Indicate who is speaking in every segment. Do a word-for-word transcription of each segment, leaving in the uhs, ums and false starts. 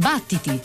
Speaker 1: Battiti!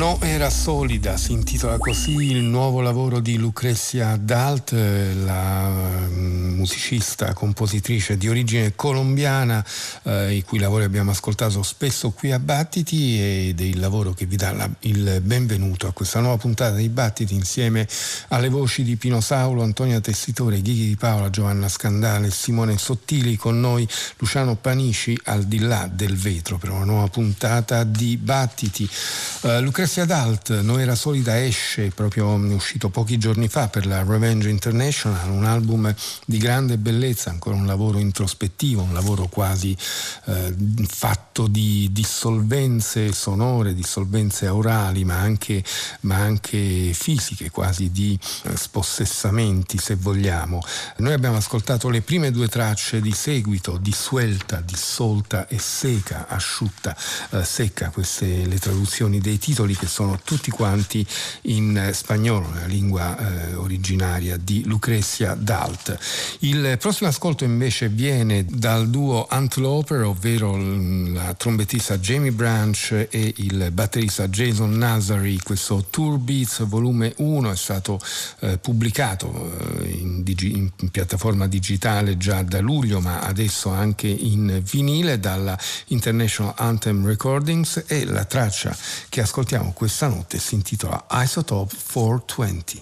Speaker 1: No, era solida, si intitola così il nuovo lavoro di Lucrezia Dalt, la musicista, compositrice di origine colombiana, eh, i cui lavori abbiamo ascoltato spesso qui a Battiti, ed è il lavoro che vi dà la, il benvenuto a questa nuova puntata dei Battiti, insieme alle voci di Pino Saulo, Antonia Tessitore, Ghighi Di Paola, Giovanna Scandale, Simone Sottili, con noi Luciano Panici al di là del vetro per una nuova puntata di Battiti. Uh, Lucrezia Dalt, Non era solida, esce proprio, è uscito pochi giorni fa per la Revenge International, un album di grande bellezza, ancora un lavoro introspettivo, un lavoro quasi eh, fatto di dissolvenze sonore, dissolvenze aurali, ma anche, ma anche fisiche, quasi di eh, spossessamenti, se vogliamo. Noi abbiamo ascoltato le prime due tracce di seguito, Disuelta, Dissolta e Seca, asciutta, eh, secca, queste le traduzioni dei titoli, che sono tutti quanti in spagnolo, la lingua eh, originaria di Lucrezia Dalt. Il prossimo ascolto invece viene dal duo Antloper, ovvero la trombettista Jamie Branch e il batterista Jason Nazary. Questo Tour Beats volume uno è stato eh, pubblicato eh, in, digi- in piattaforma digitale già da luglio, ma adesso anche in vinile dalla International Anthem Recordings, e la traccia che ascoltiamo questa notte si intitola Isotope quattrocentoventi.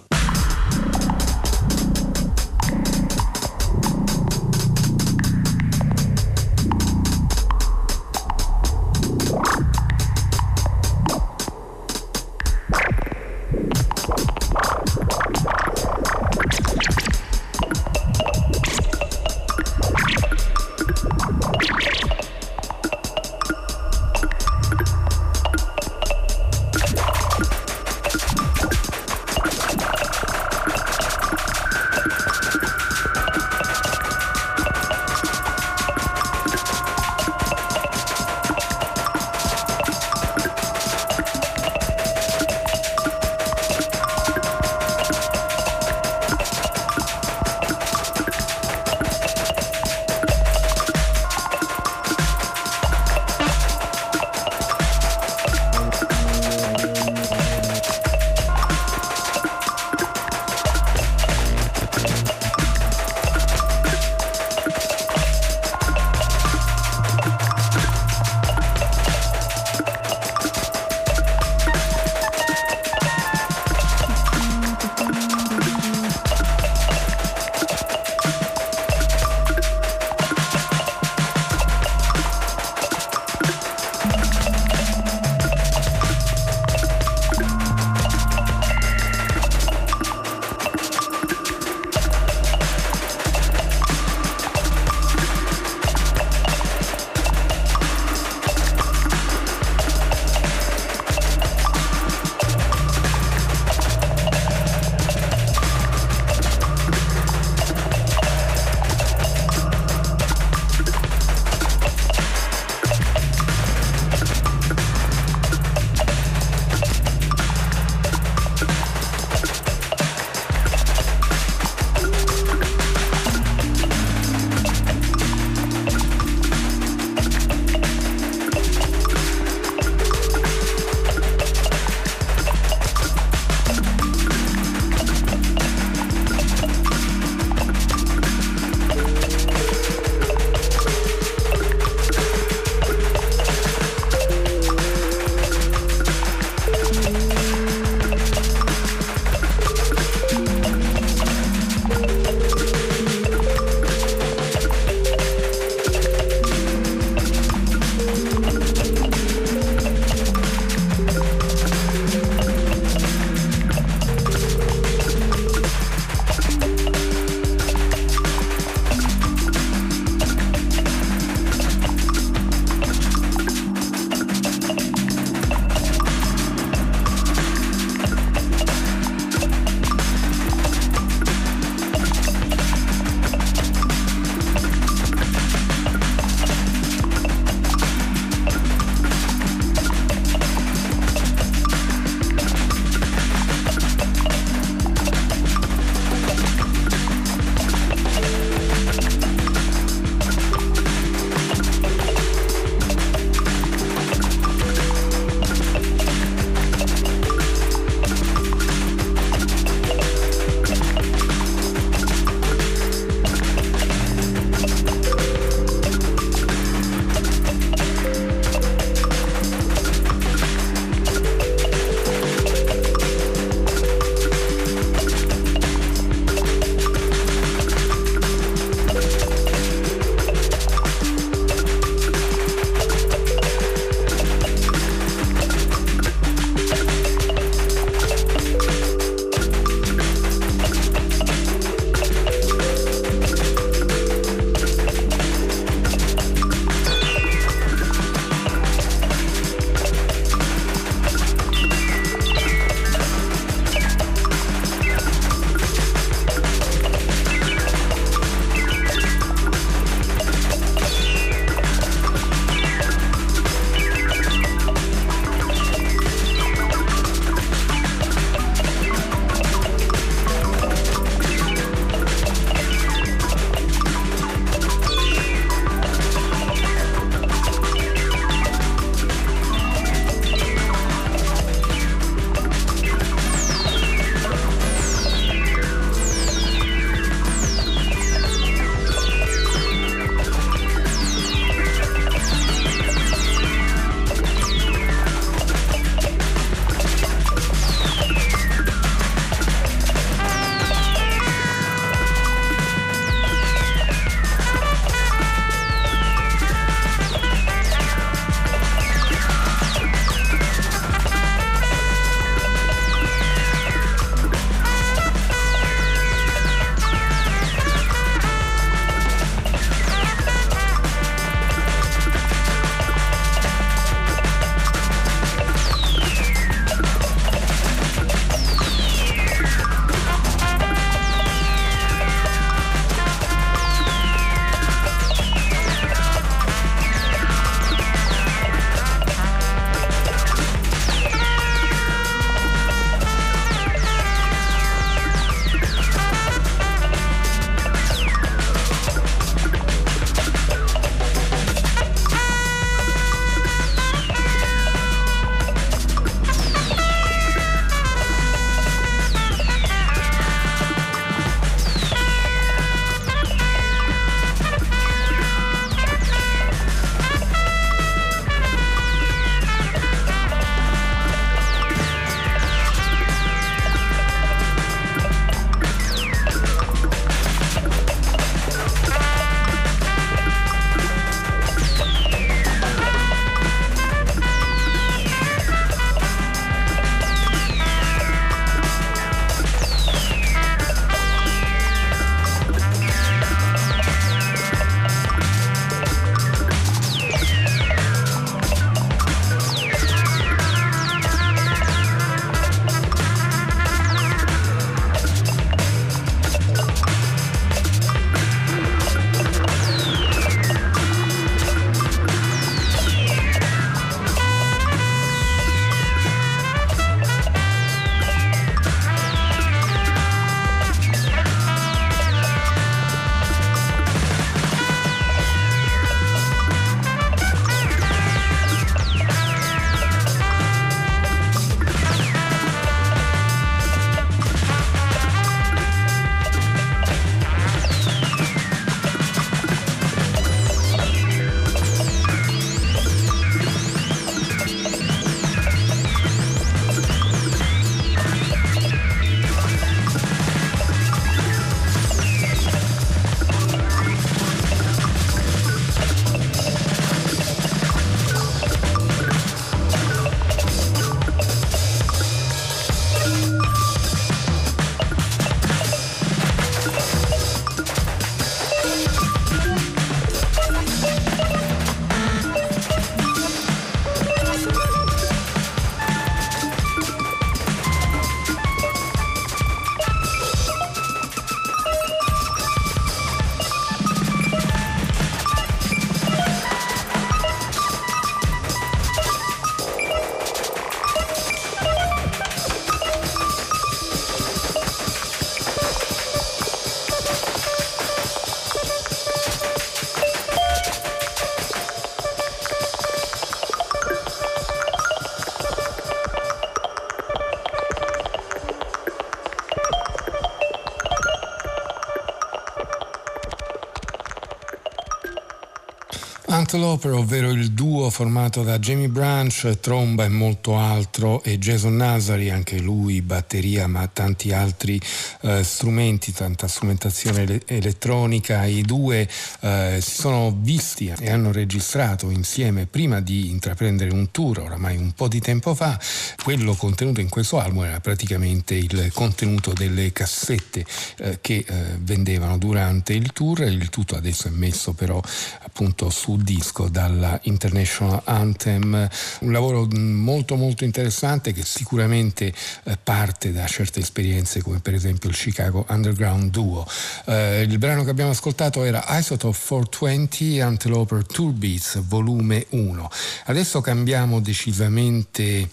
Speaker 1: Antelope, ovvero il duo formato da Jamie Branch, tromba e molto altro, e Jason Nazari, anche lui batteria ma tanti altri eh, strumenti, tanta strumentazione ele- elettronica. I due eh, si sono visti e hanno registrato insieme prima di intraprendere un tour oramai un po' di tempo fa. Quello contenuto in questo album era praticamente il contenuto delle cassette eh, che eh, vendevano durante il tour. Il tutto adesso è messo però appunto su disco dalla International Anthem, un lavoro molto molto interessante che sicuramente eh, parte da certe esperienze come per esempio il Chicago Underground Duo. Eh, il brano che abbiamo ascoltato era Isotope quattrocentoventi Antelope Tour Beats volume uno. Adesso cambiamo decisamente eh,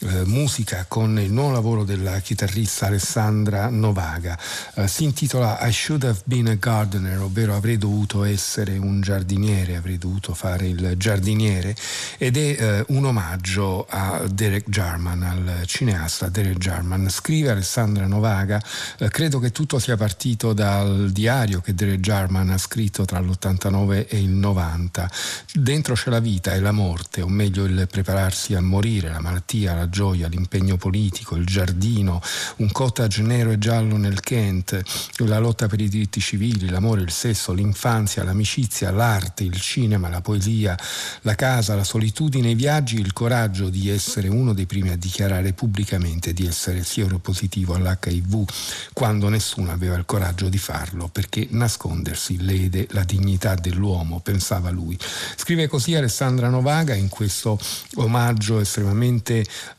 Speaker 1: musica con il nuovo lavoro della chitarrista Alessandra Novaga. Eh, si intitola I Should Have Been a Gardener, ovvero avrei dovuto essere un giardiniere, avrei dovuto fare il giardiniere, ed è eh, un omaggio a Derek Jarman, al cineasta Derek Jarman. Scrive Alessandra Novaga: eh, credo che tutto sia partito dal diario che Derek Jarman ha scritto tra l'ottantanove e il novanta. Dentro c'è la vita e la morte, o meglio il prepararsi a morire, la malattia, la gioia, l'impegno politico, il giardino, un cottage nero e giallo nel Kent, la lotta per i diritti civili, l'amore, il sesso, l'infanzia, l'amicizia, l'arte, il cinema, la poesia, la casa, la solitudine, i viaggi, il coraggio di essere uno dei primi a dichiarare pubblicamente di essere sieropositivo all'H I V quando nessuno aveva il coraggio di farlo, perché nascondersi lede la dignità dell'uomo, pensava lui. Scrive così Alessandra Novaga in questo omaggio estremamente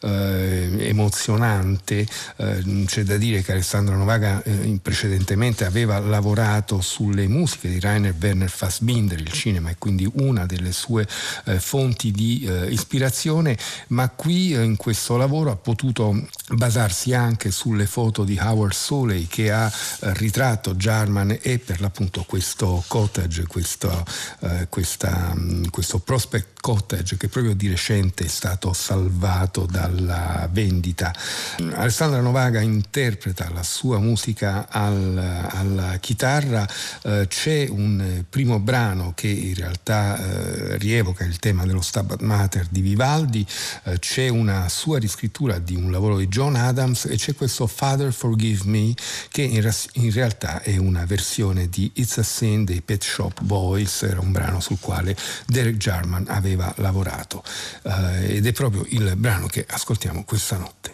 Speaker 1: eh, emozionante. Eh, c'è da dire che Alessandra Novaga eh, precedentemente aveva lavorato sulle musiche di Rainer Werner Fassbinder, il cinema è quindi una delle sue eh, fonti di eh, ispirazione, ma qui eh, in questo lavoro ha potuto basarsi anche sulle foto di Howard Soley che ha eh, ritratto Jarman e per l'appunto questo cottage, questo, eh, questa, mh, questo Prospect Cottage che proprio di recente è stato salvato dalla vendita. Alessandra Novaga interpreta la sua musica al, alla chitarra. Eh, c'è un primo brano che in realtà eh, rievoca il tema dello Stabat Mater di Vivaldi, eh, c'è una sua riscrittura di un lavoro di John Adams e c'è questo Father Forgive Me che in, ras- in realtà è una versione di It's a Sin dei Pet Shop Boys. Era un brano sul quale Derek Jarman aveva lavorato eh, ed è proprio il brano che ascoltiamo questa notte.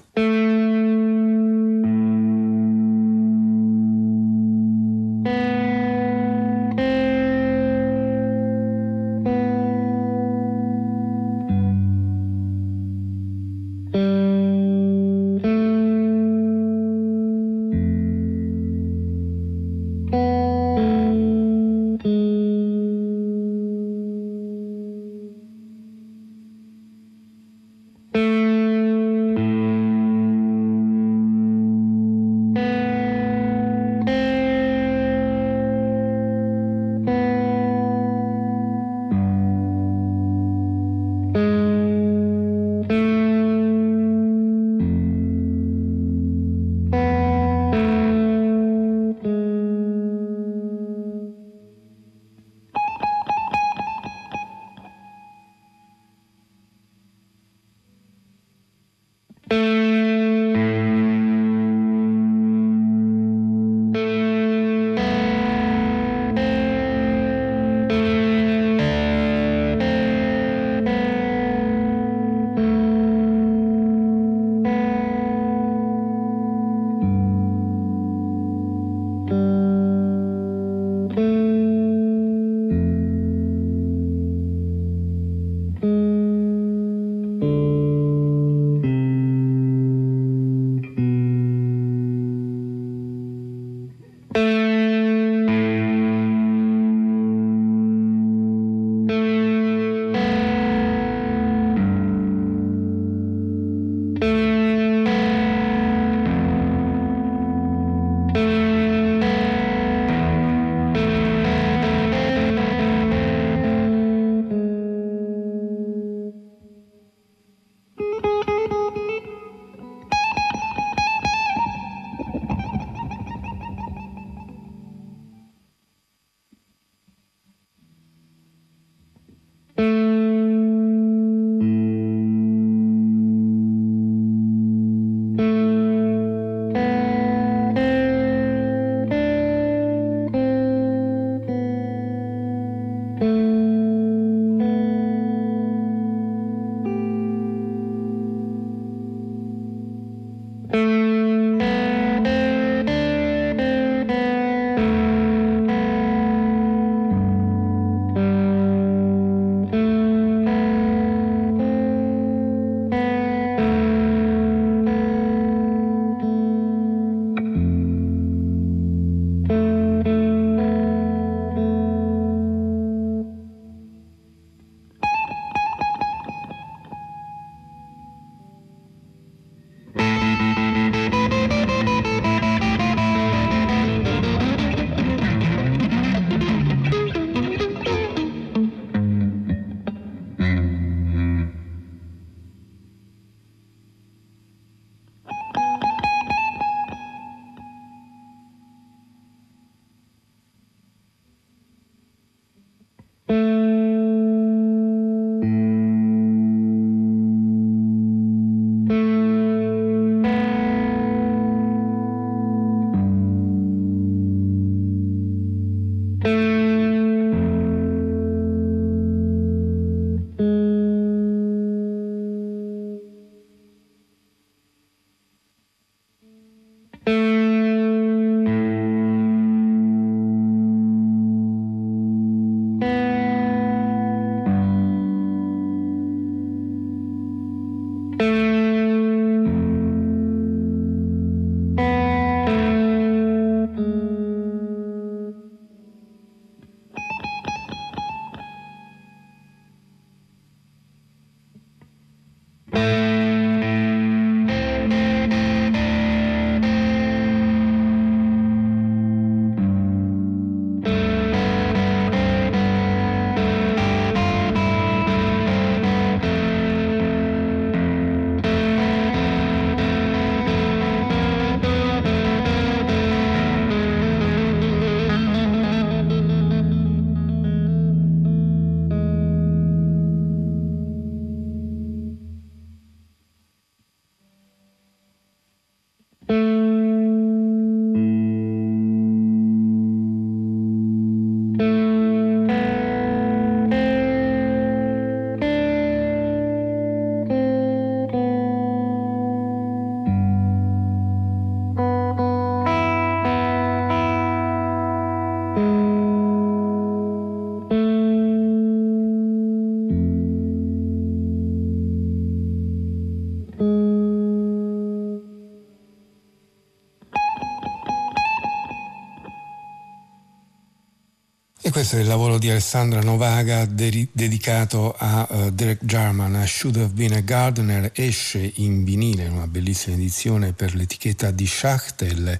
Speaker 1: Questo è il lavoro di Alessandra Novaga de- dedicato a uh, Derek Jarman. A Should Have Been a Gardener esce in vinile, una bellissima edizione per l'etichetta di Schachtel,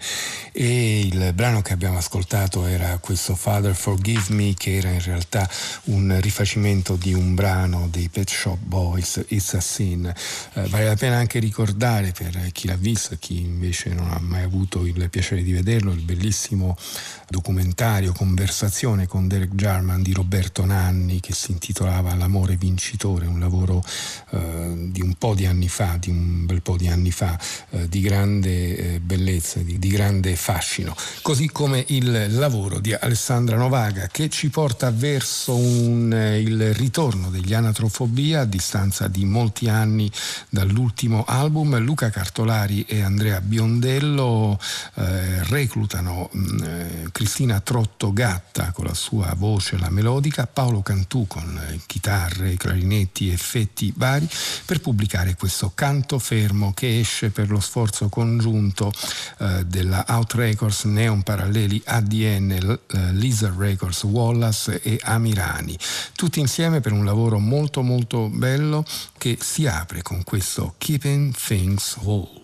Speaker 1: e il brano che abbiamo ascoltato era questo Father Forgive Me, che era in realtà un rifacimento di un brano dei Pet Shop Boys, It's a Sin. Uh, vale la pena anche ricordare, per chi l'ha visto e chi invece non ha mai avuto il piacere di vederlo, il bellissimo documentario Conversazione con Derek Jarman di Roberto Nanni, che si intitolava L'amore vincitore, un lavoro eh, di un po' di anni fa, di un bel po' di anni fa, eh, di grande eh, bellezza, di, di grande fascino, così come il lavoro di Alessandra Novaga, che ci porta verso un, eh, il ritorno degli Anatrofobia a distanza di molti anni dall'ultimo album. Luca Cartolari e Andrea Biondello eh, reclutano mh, Cristina Trotto Gatta con la sua voce, la melodica, Paolo Cantù con chitarre, clarinetti, effetti vari, per pubblicare questo Canto Fermo, che esce per lo sforzo congiunto eh, della Out Records, Neon Paralleli A D N, eh, Lizard Records, Wallace e Amirani, tutti insieme per un lavoro molto molto bello che si apre con questo Keeping Things Whole.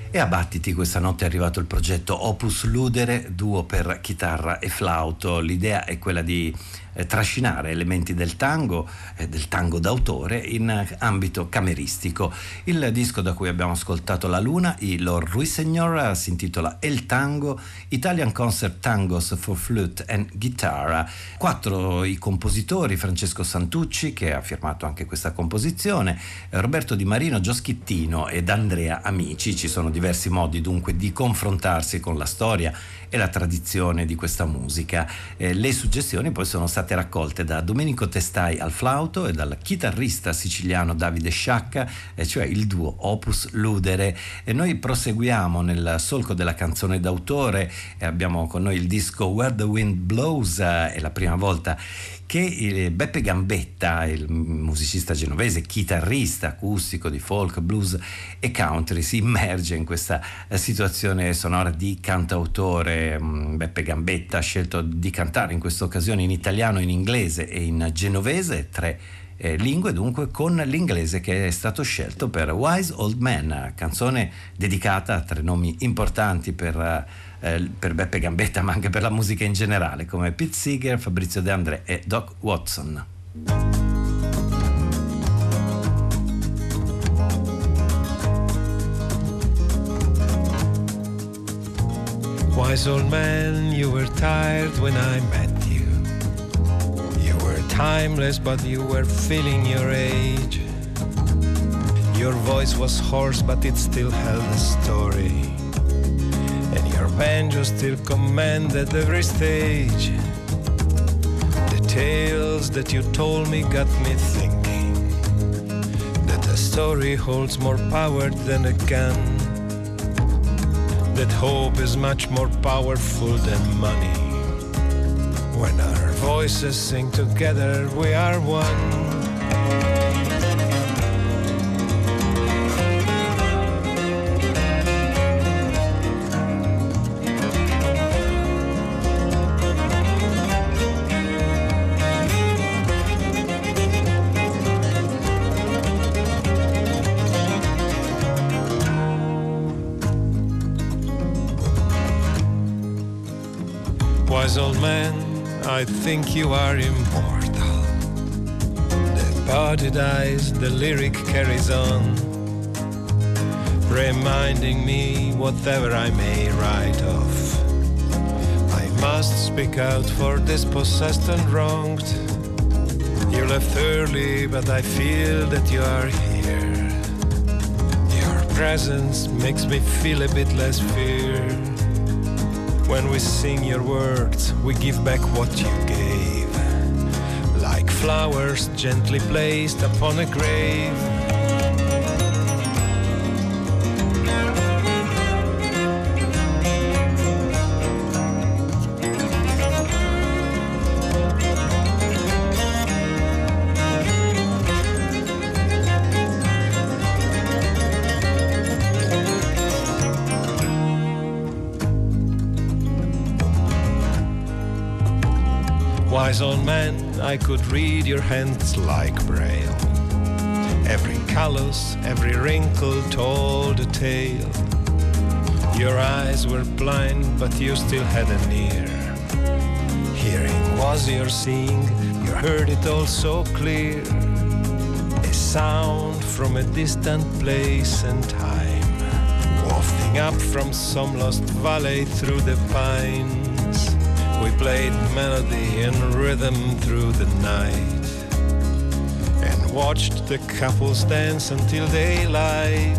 Speaker 2: E a Battiti questa notte è arrivato il progetto Opus Ludere, duo per chitarra e flauto. L'idea è quella di eh, trascinare elementi del tango, eh, del tango d'autore, in ambito cameristico. Il disco da cui abbiamo ascoltato La Luna, il Lord Ruiseñor, si intitola El Tango, Italian Concert Tangos for Flute and Guitar. Quattro i compositori: Francesco Santucci, che ha firmato anche questa composizione, Roberto Di Marino, Gio Schittino ed Andrea Amici. Ci sono diversi modi dunque di confrontarsi con la storia e la tradizione di questa musica. Eh, le suggestioni poi sono state raccolte da Domenico Testai al flauto e dal chitarrista siciliano Davide Sciacca, eh, cioè il duo Opus Ludere. E noi proseguiamo nel solco della canzone d'autore e abbiamo con noi il disco Where the Wind Blows. Eh, è la prima volta che Beppe Gambetta, il musicista genovese, chitarrista acustico di folk, blues e country, si immerge in questa situazione sonora di cantautore. Beppe Gambetta ha scelto di cantare in questa occasione in italiano, in inglese e in genovese, tre eh, lingue dunque, con l'inglese che è stato scelto per Wise Old Man, canzone dedicata a tre nomi importanti per Eh, per Beppe Gambetta, ma anche per la musica in generale, come Pete Seeger, Fabrizio De André e Doc Watson.
Speaker 3: Wise old man, you were tired when I met you. You were timeless, but you were feeling your age. Your voice was hoarse, but it still held a story. And your banjo still commanded every stage. The tales that you told me got me thinking that a story holds more power than a gun, that hope is much more powerful than money. When our voices sing together, we are one. Old man, I think you are immortal. The body dies, the lyric carries on, reminding me whatever I may write off. I must speak out for dispossessed and wronged. You left early, but I feel that you are here. Your presence makes me feel a bit less fear. When we sing your words, we give back what you gave, like flowers gently placed upon a grave. Wise old man, I could read your hands like braille. Every callus, every wrinkle told a tale. Your eyes were blind, but you still had an ear. Hearing was your seeing, you heard it all so clear. A sound from a distant place and time, wafting up from some lost valley through the pines. We played melody and rhythm through the night, and watched the couples dance until daylight.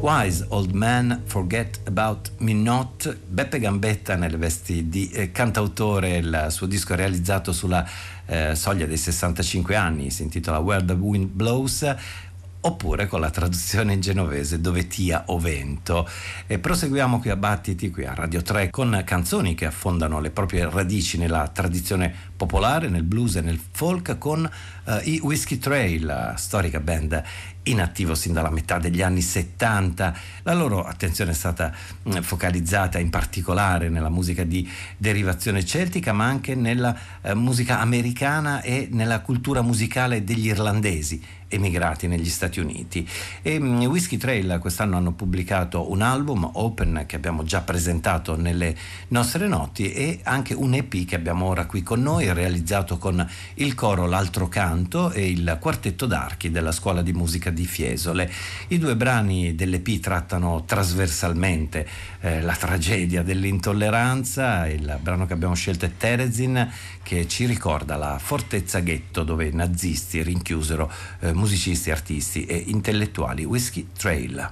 Speaker 2: Wise Old Man, Forget About Me Not. Beppe Gambetta nelle vesti di eh, cantautore, il suo disco realizzato sulla eh, soglia dei sessantacinque anni, si intitola Where the Wind Blows, oppure con la traduzione in genovese Dove tia o vento. E proseguiamo qui a Battiti, qui a Radio tre, con canzoni che affondano le proprie radici nella tradizione popolare, nel blues e nel folk, con uh, i Whiskey Trail, la storica band in attivo sin dalla metà degli anni settanta. La loro attenzione è stata mh, focalizzata in particolare nella musica di derivazione celtica, ma anche nella uh, musica americana e nella cultura musicale degli irlandesi emigrati negli Stati Uniti. E mh, Whiskey Trail quest'anno hanno pubblicato un album, Open, che abbiamo già presentato nelle nostre noti, e anche un E P che abbiamo ora qui con noi, realizzato con il coro L'Altro Canto e il quartetto d'archi della Scuola di Musica di Fiesole. I due brani dell'E P trattano trasversalmente eh, la tragedia dell'intolleranza. Il brano che abbiamo scelto è Terezin, che ci ricorda la fortezza ghetto dove i nazisti rinchiusero eh, musicisti, artisti e intellettuali. Whiskey Trail.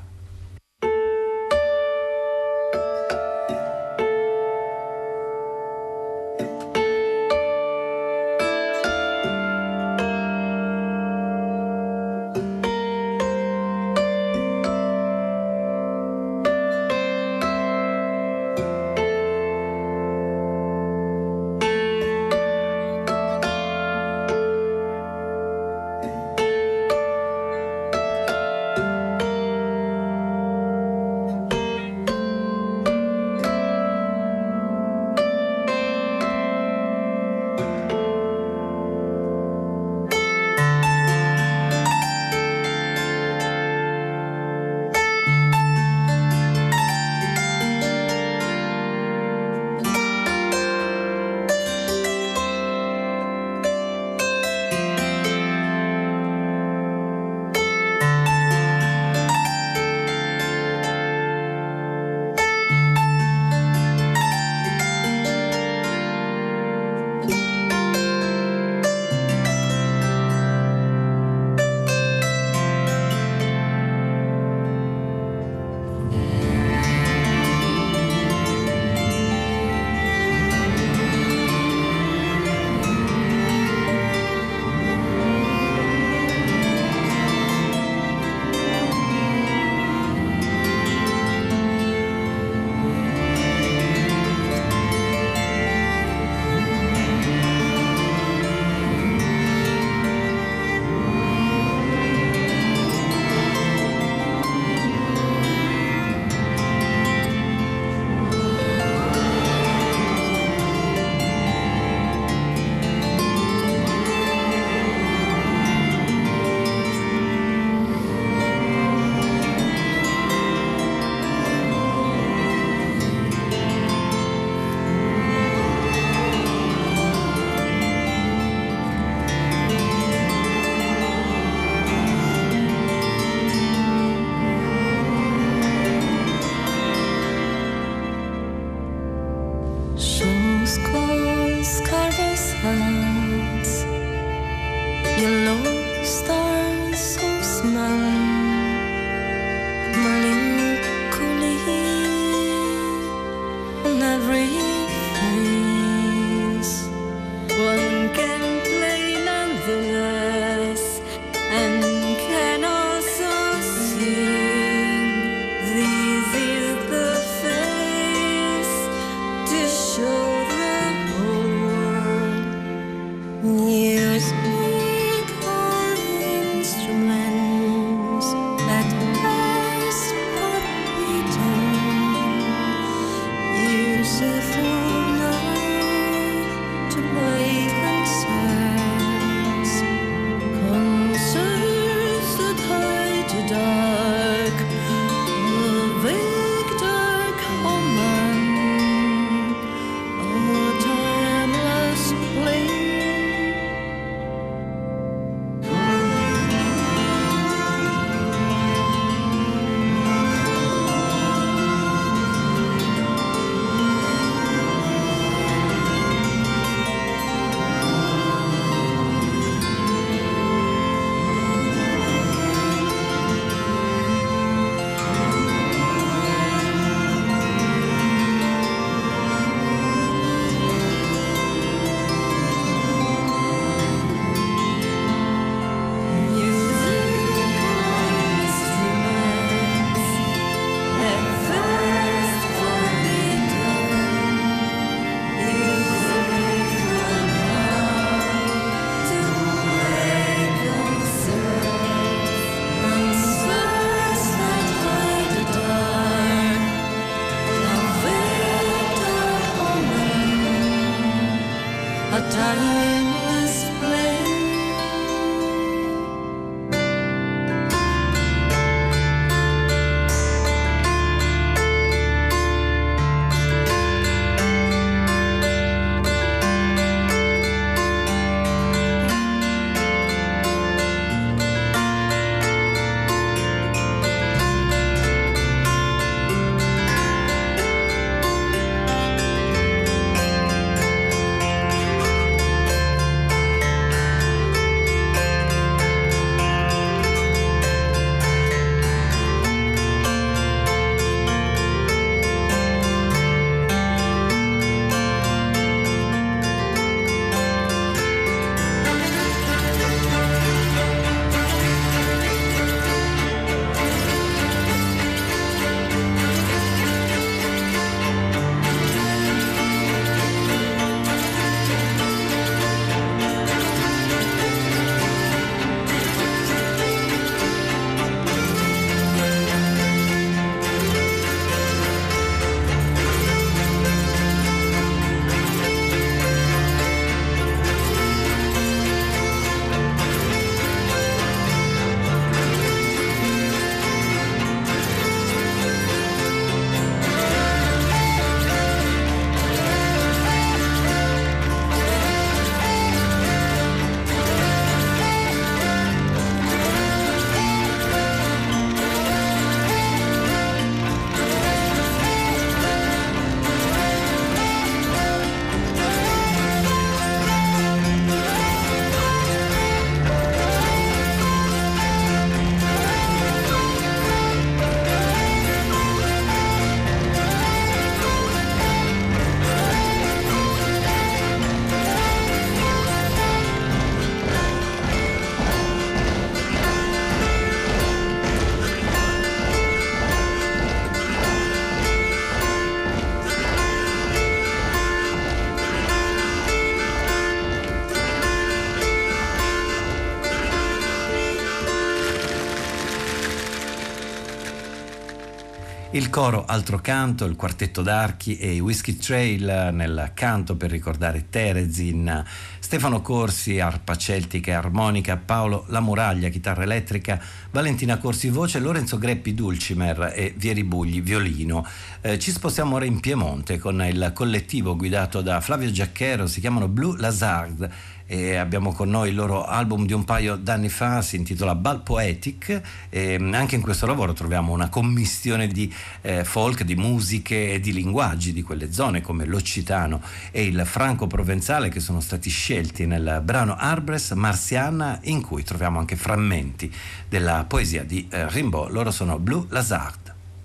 Speaker 2: Il coro altro canto, il quartetto d'archi e i Whiskey Trail nel canto per ricordare Terezin, Stefano Corsi, arpa celtica e armonica, Paolo Lamuraglia, chitarra elettrica, Valentina Corsi voce, Lorenzo Greppi dulcimer e Vieri Bugli violino. Eh, ci spostiamo ora in Piemonte con il collettivo guidato da Flavio Giacchero, si chiamano Blue Lazard e abbiamo con noi il loro album di un paio d'anni fa, si intitola Bal Poetic, e anche in questo lavoro troviamo una commistione di eh, folk, di musiche e di linguaggi di quelle zone come l'occitano e il franco-provenzale che sono stati scelti nel brano Arbres Marciana, in cui troviamo anche frammenti della poesia di eh, Rimbaud. Loro sono Blue Lazard.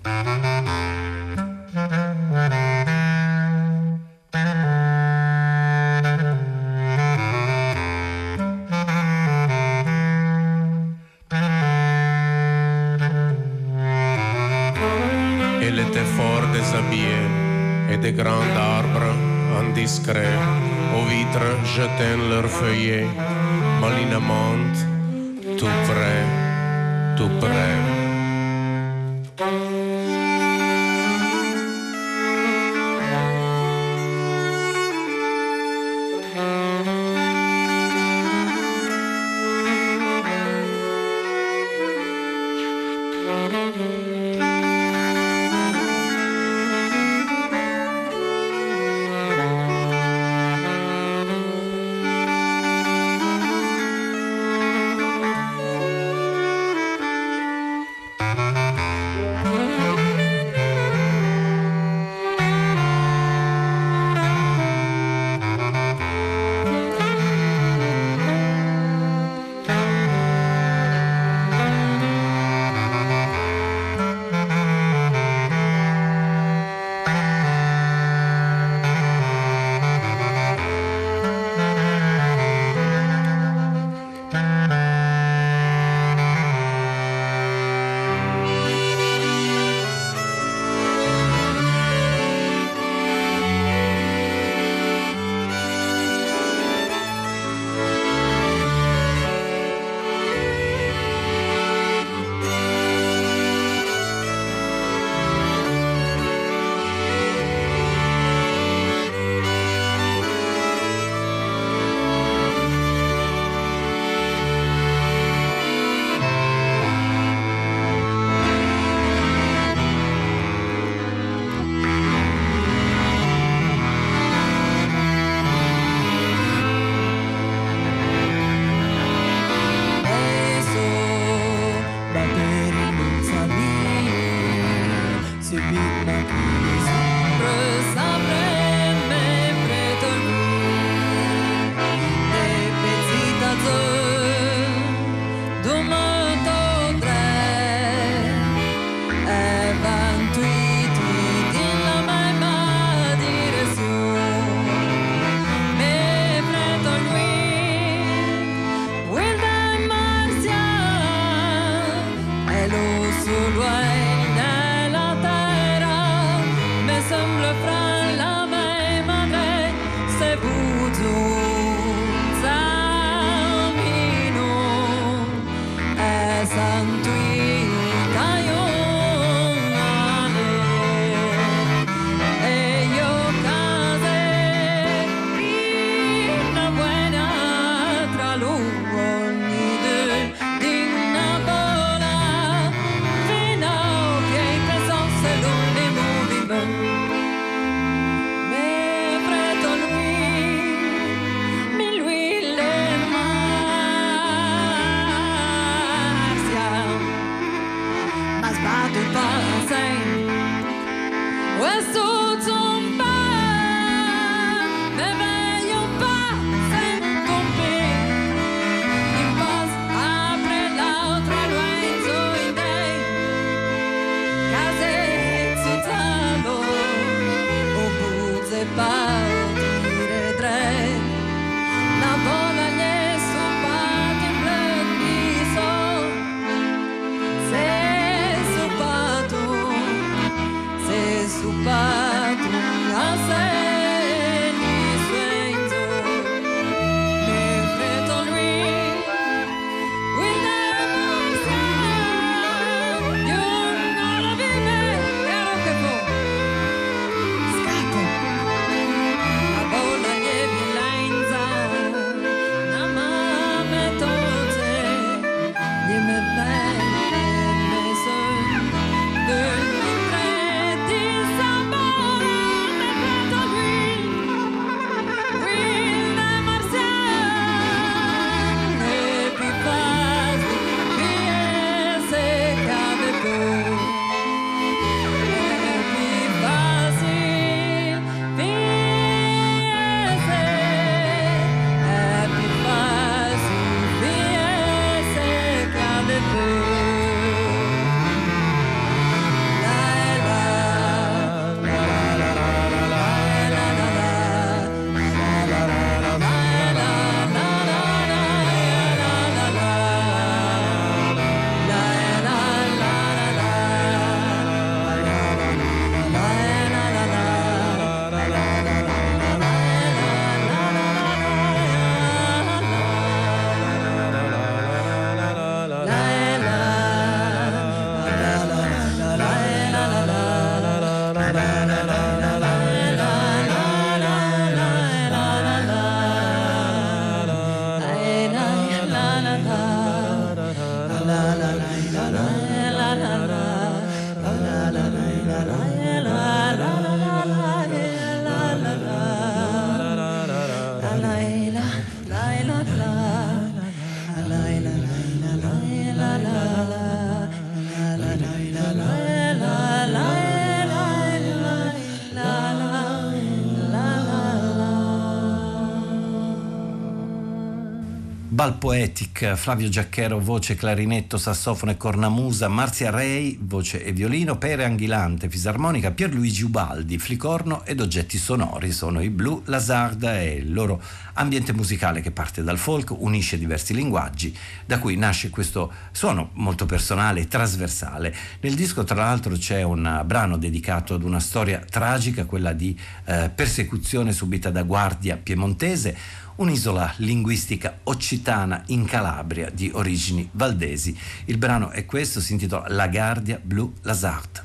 Speaker 4: Et des grands arbres indiscrets aux vitres jetaient leurs feuillets malinement, tout près, tout près.
Speaker 5: Lo solo è nella terra
Speaker 2: Bal Poetic, Flavio Giacchero, voce, clarinetto, sassofono e cornamusa, Marzia Rei, voce e violino, Pere Anghilante, fisarmonica, Pierluigi Ubaldi, flicorno ed oggetti sonori. Sono i Blue Lazard e il loro ambiente musicale che parte dal folk, unisce diversi linguaggi, da cui nasce questo suono molto personale e trasversale. Nel disco tra l'altro c'è un brano dedicato ad una storia tragica, quella di eh, persecuzione subita da Guardia Piemontese, un'isola linguistica occitana in Calabria di origini valdesi. Il brano è questo, si intitola La Guardia Blue Lazard.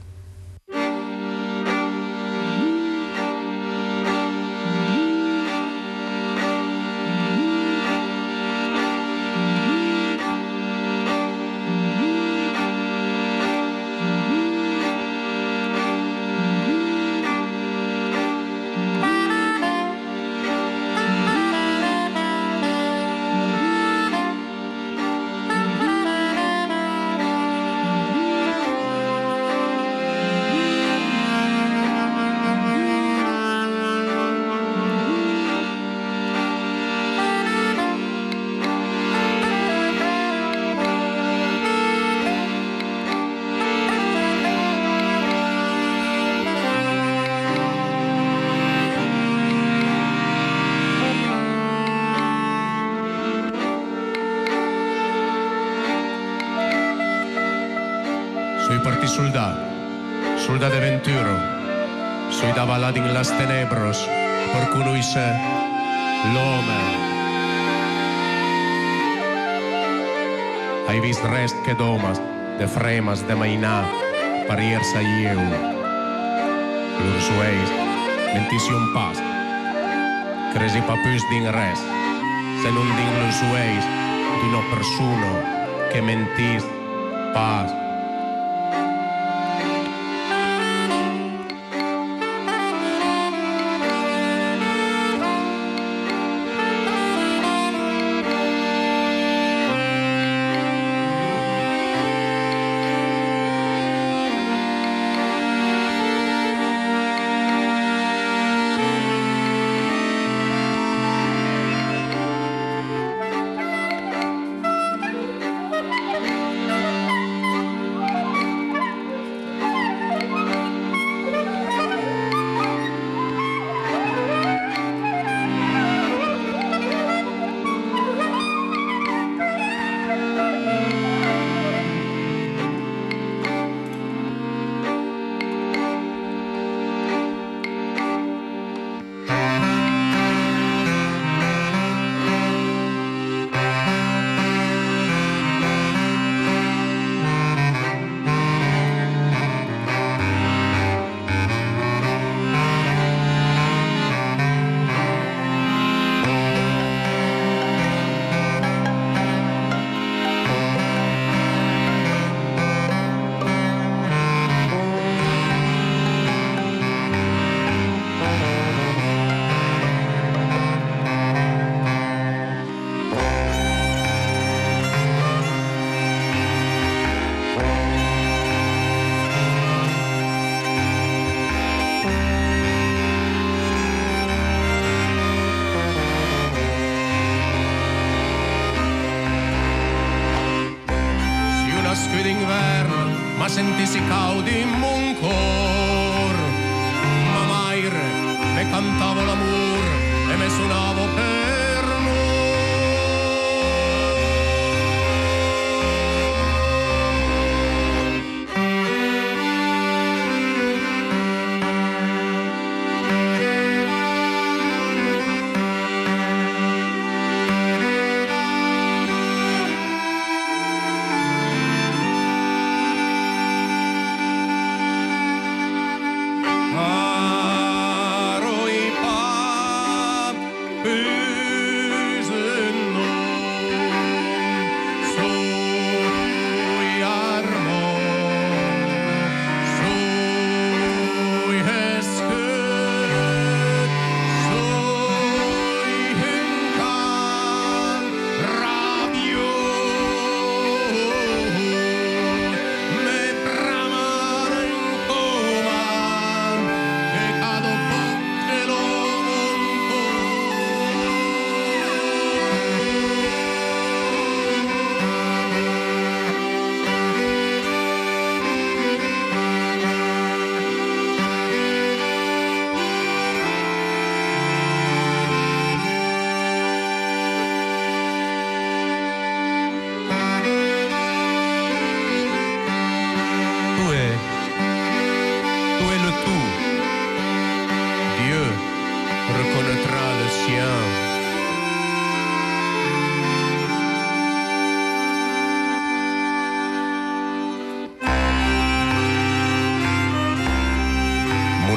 Speaker 4: De Venturo, sui davalati in las tenebros, por cui se l'ome. Hai vist rest que domas, de fremas, de mainà, pariers a ieu. L'ursueis, mentissi un pas, cresi papus din res, se non din l'ursueis, d'una persona que mentis pas.
Speaker 5: Sentissi caudi in mon cor, ma maire me cantavo l'amor e me suonavo per noi. Aro i pa,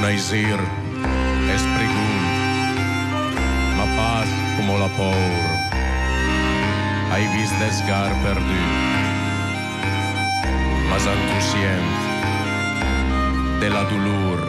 Speaker 4: Naisir, Esprigun, ma pas como la por, hai vist desgar perdu, mas entusiant de la dolor.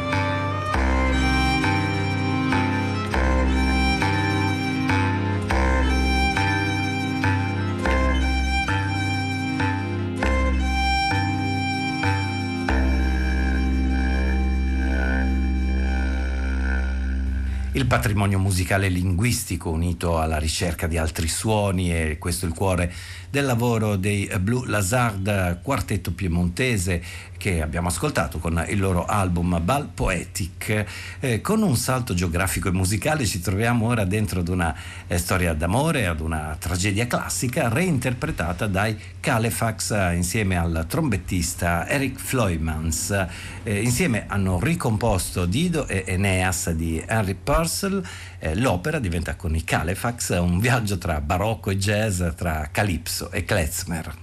Speaker 2: Il patrimonio musicale e linguistico unito alla ricerca di altri suoni, e questo è il cuore del lavoro dei Blue Lazard, quartetto piemontese che abbiamo ascoltato con il loro album Bal Poetic. Eh, con un salto geografico e musicale ci troviamo ora dentro ad una eh, storia d'amore, ad una tragedia classica reinterpretata dai Calefax eh, insieme al trombettista Eric Floymans. Eh, insieme hanno ricomposto Dido e Eneas di Henry Purcell. Eh, l'opera diventa con i Calefax un viaggio tra barocco e jazz, tra calypso e klezmer.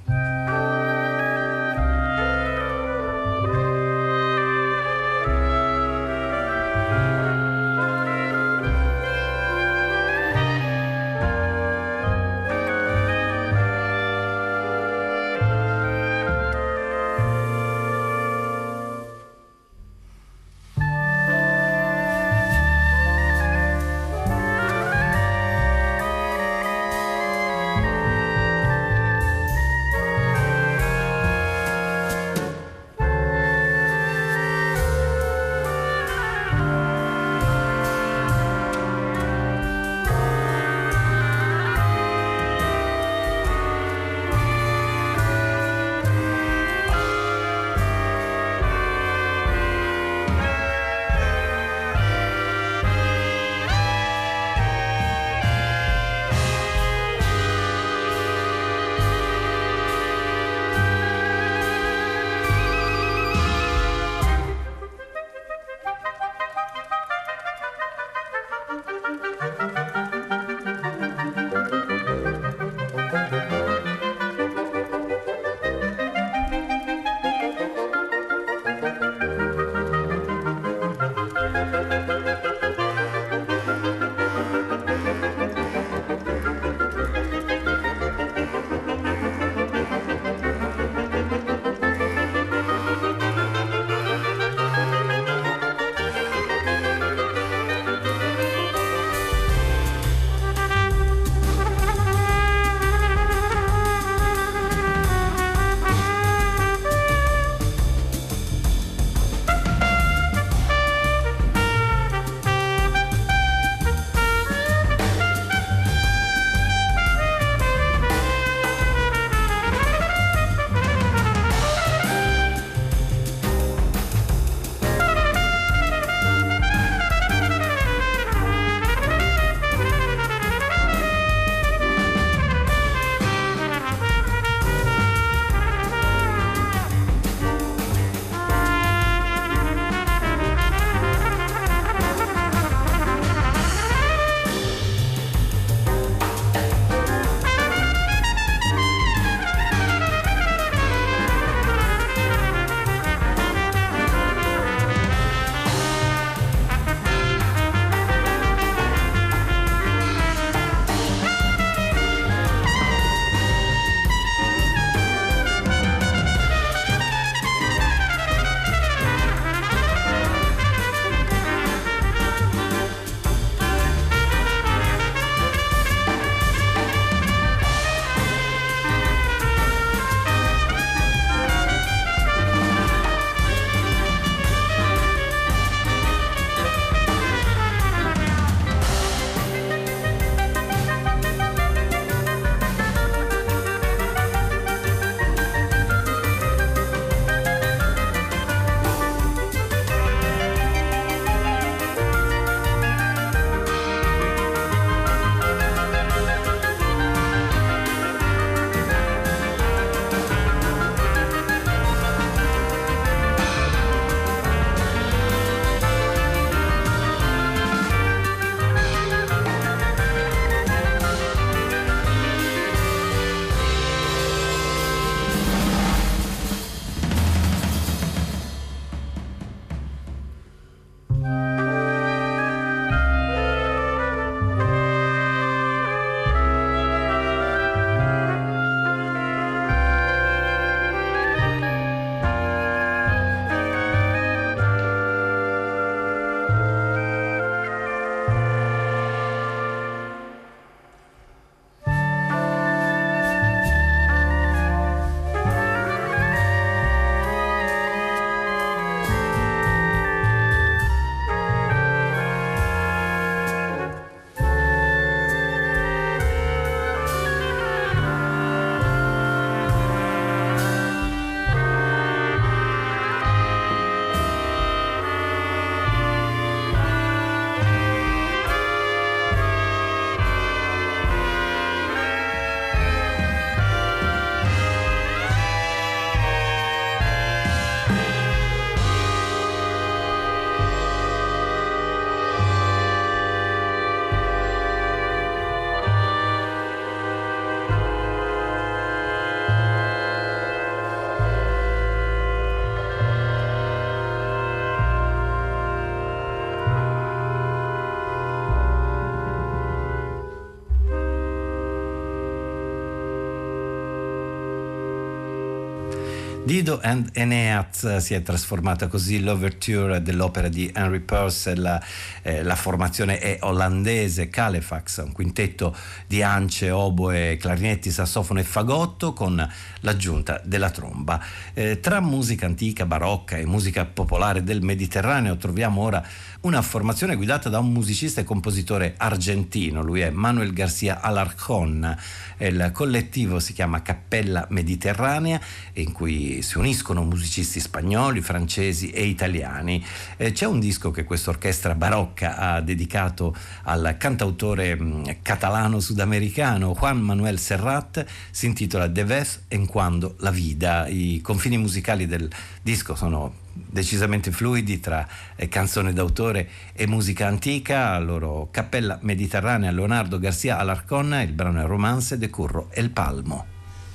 Speaker 2: Dido and Eneas si è trasformata così l'ouverture dell'opera di Henry Purcell. Eh, la formazione è olandese, Calefax, un quintetto di ance, oboe, clarinetti, sassofono e fagotto con l'aggiunta della tromba. Eh, tra musica antica, barocca e musica popolare del Mediterraneo troviamo ora una formazione guidata da un musicista e compositore argentino. Lui è Manuel García Alarcón. Il collettivo si chiama Cappella Mediterranea, in cui si uniscono musicisti spagnoli, francesi e italiani. Eh, c'è un disco che questa orchestra barocca ha dedicato al cantautore mh, catalano sudamericano Juan Manuel Serrat, si intitola De vez en cuando la vida. I confini musicali del disco sono decisamente fluidi tra eh, canzone d'autore e musica antica. Loro Cappella Mediterranea, Leonardo García Alarcón, il brano è Romance de Curro El Palmo.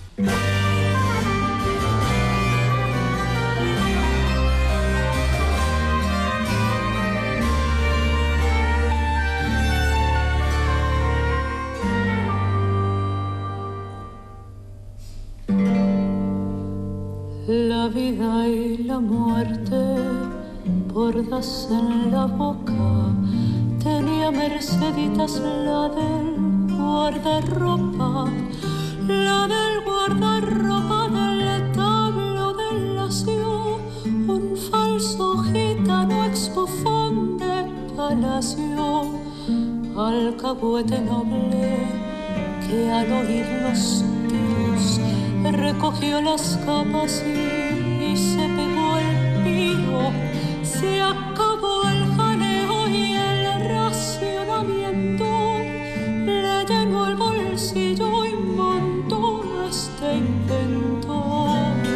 Speaker 6: La vida y la muerte, bordas en la boca, tenía Merceditas la del guardarropa, la del guardarropa del tablo del lacio, un falso gitano ex-bufón de palacio, alcahuete noble que al oír los tiros recogió las capas y, y se pegó el piro. Se acabó el jaleo y el racionamiento. Le llenó el bolsillo y montó este invento.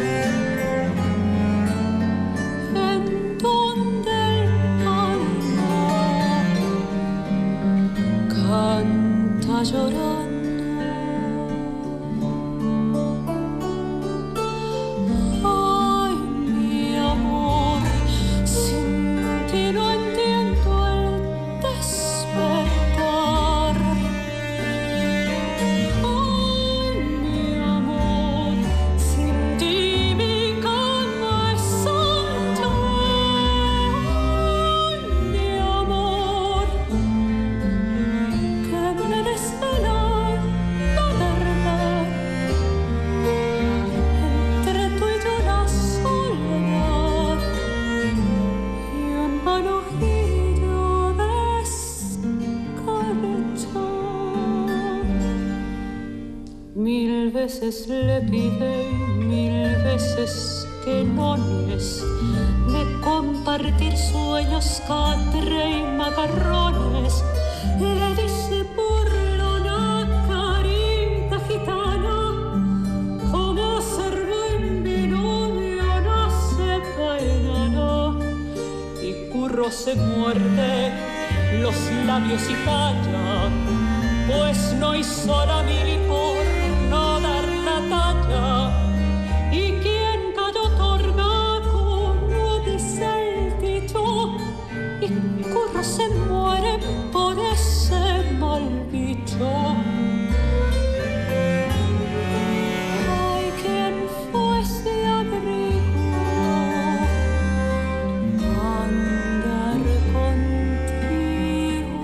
Speaker 6: En donde el palmo canta llorando. Veces le pide y mil veces que no es de compartir sueños, catre y macarrones. Le dice por una carita gitana como cerdo en vino de una cepa enana. Y Curro se muerde los labios y calla, pues no hizo la mil por no dar la talla. Y quien cayó otorgado, no dice el dicho, y Curro se muere por ese mal bicho. Ay, quien fue ese abrigo, andar contigo.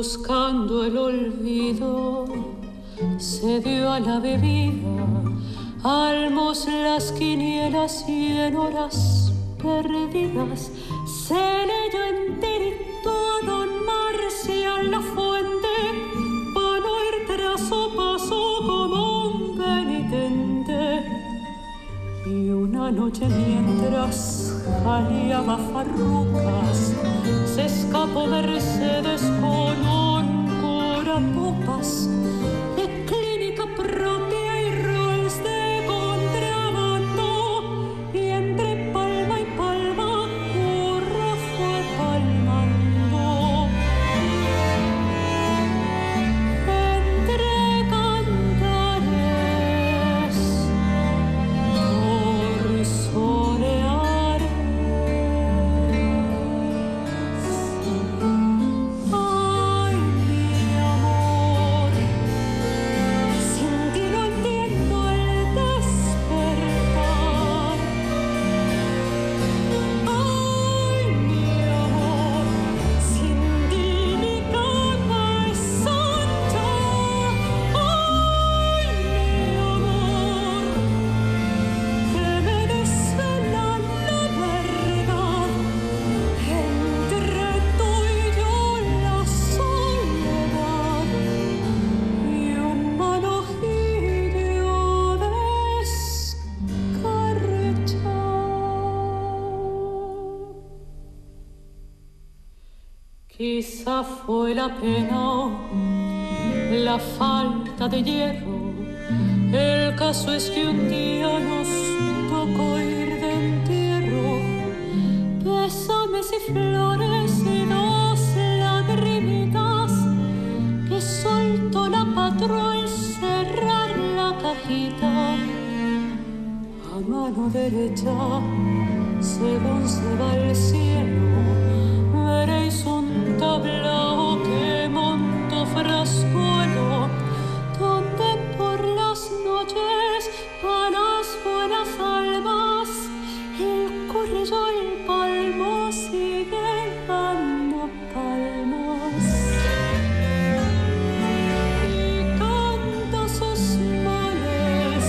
Speaker 6: Buscando el olvido, se dio a la bebida, Almos las quinielas y en horas perdidas se leyó enterito a don Marcial La Fuente para no ir tras o paso como un penitente. Y una noche mientras jaleaba farrucas se escapó Mercedes con un curapopas de clínica propia y rolls de contrabando, y entre palma y palma burro fue palmando. Entre cantares por soleares, ay mi amor, sin ti no entiendo el despertar. Ay mi amor, sin ti mi cama es santa. Ay mi amor, que me desvela la verdad, entre tú y yo la soledad y un manojillo de escarcha. Quizá fue la pena o la falta de hierro. El caso es que un día nos tocó ir de entierro. Pésames y flores y dos lagrimitas que soltó la patrón al cerrar la cajita. A mano derecha, según se va el cielo, veréis un tablao que montó Frascuelo, donde por las noches, para las buenas almas, el corrillo, el palmo sigue dando palmas y canta sus males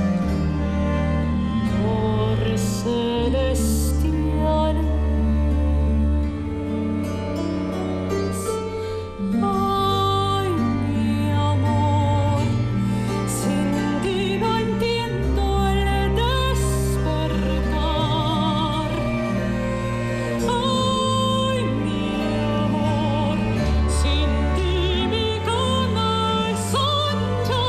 Speaker 6: por celestiales. Ay mi amor, sin ti no entiendo el despertar. Ay mi amor, sin ti mi cama es ancha.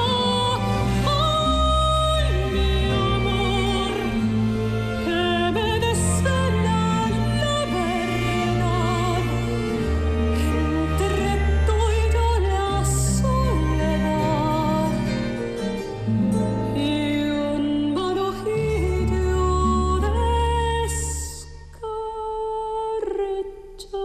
Speaker 6: Ay mi amor, que me desvela la verdad, entre tú y yo la soledad y un manojillo de escarcha.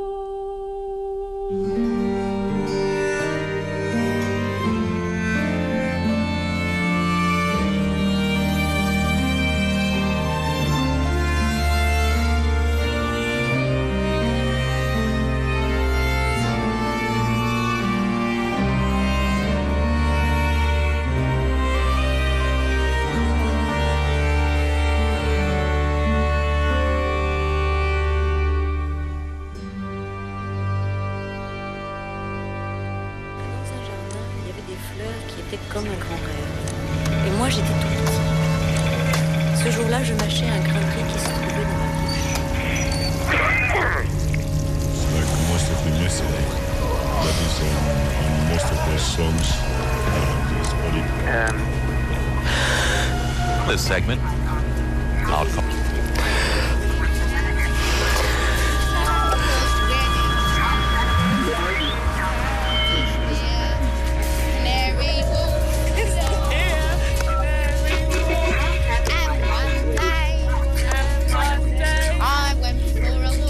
Speaker 7: Dans un jardin, il y avait des fleurs qui étaient comme un grand rêve. Et moi, j'étais tout petit. Ce jour-là, je mâchais un grain de riz qui se trouvait dans ma bouche.
Speaker 8: Like most of them yesterday. That is on, on most of those songs. Um,
Speaker 9: This segment, I'll call.
Speaker 10: I went for a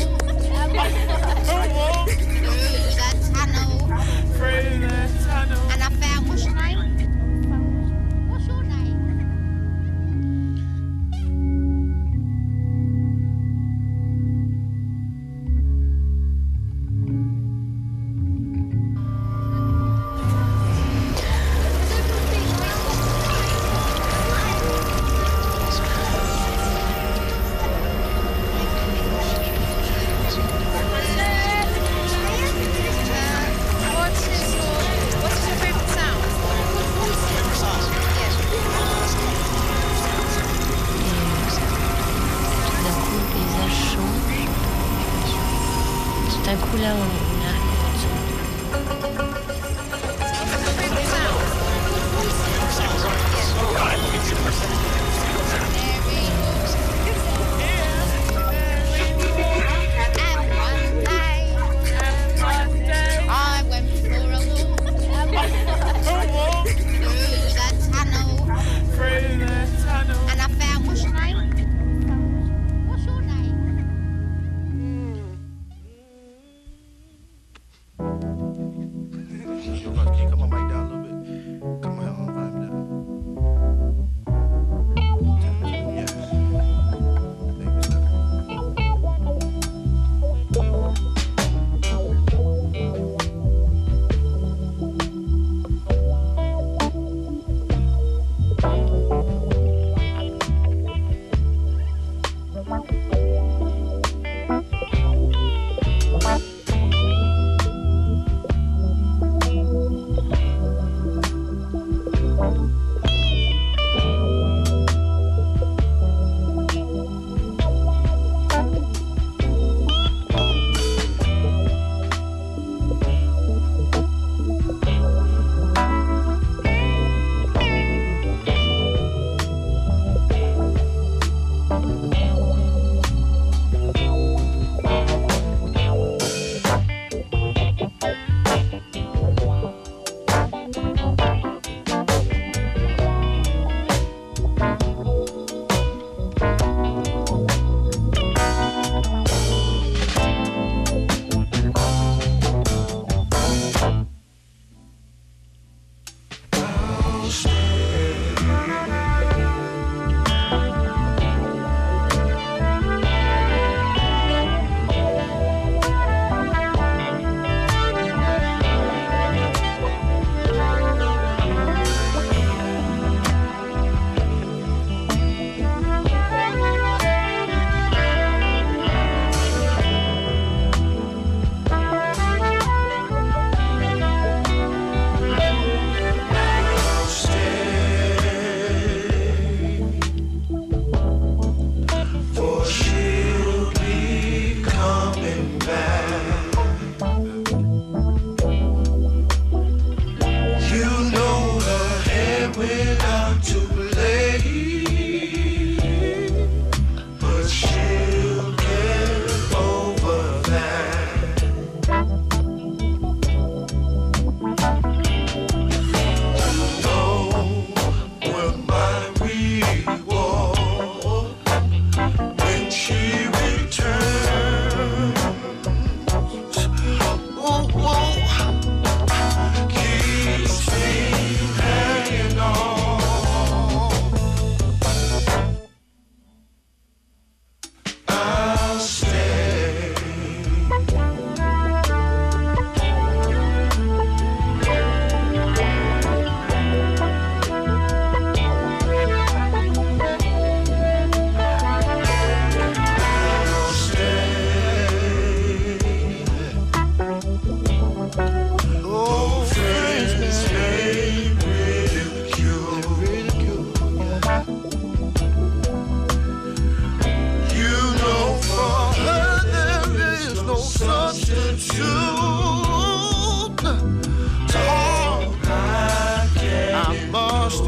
Speaker 10: walk through the tunnel, and I found, what's your name? What's your name?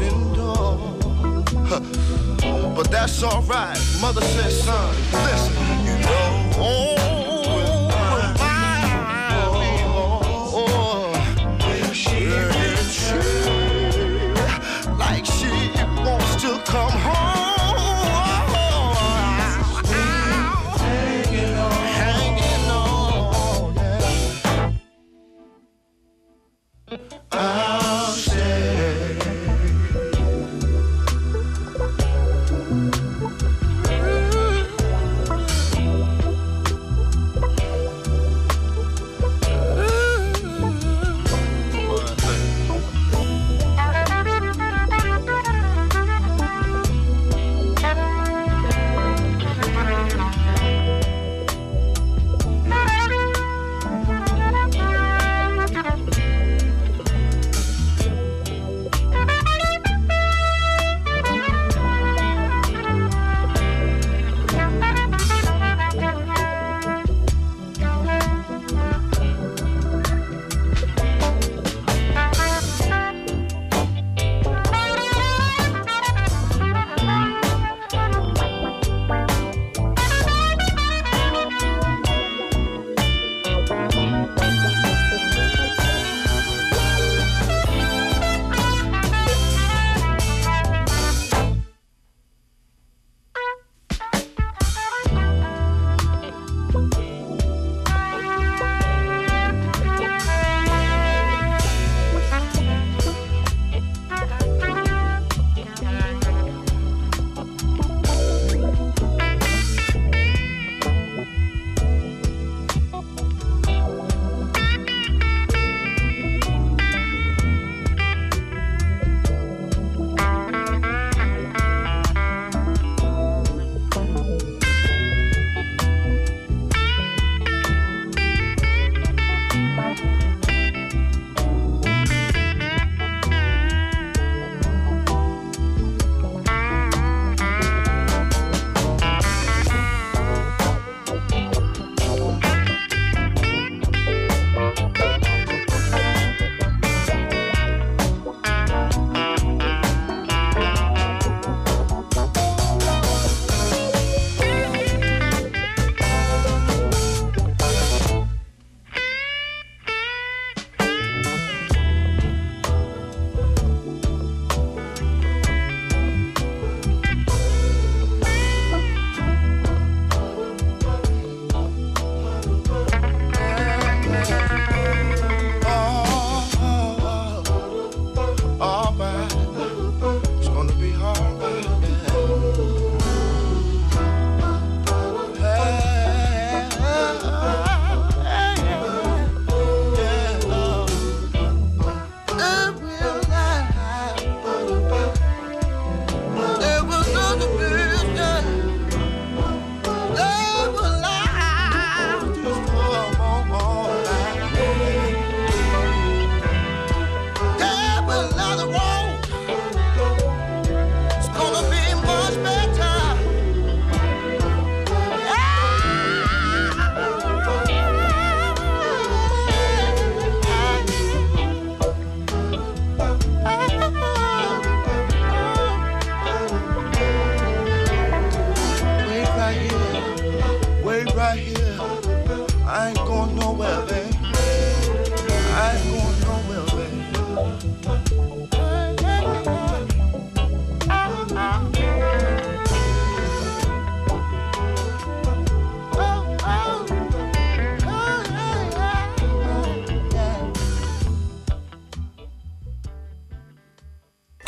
Speaker 11: open door. Huh. But that's alright. Mother said, son, listen, you know, oh, to come home, hanging on, hanging on, yeah. I'll stay.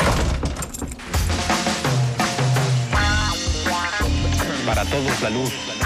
Speaker 12: Para todos la luz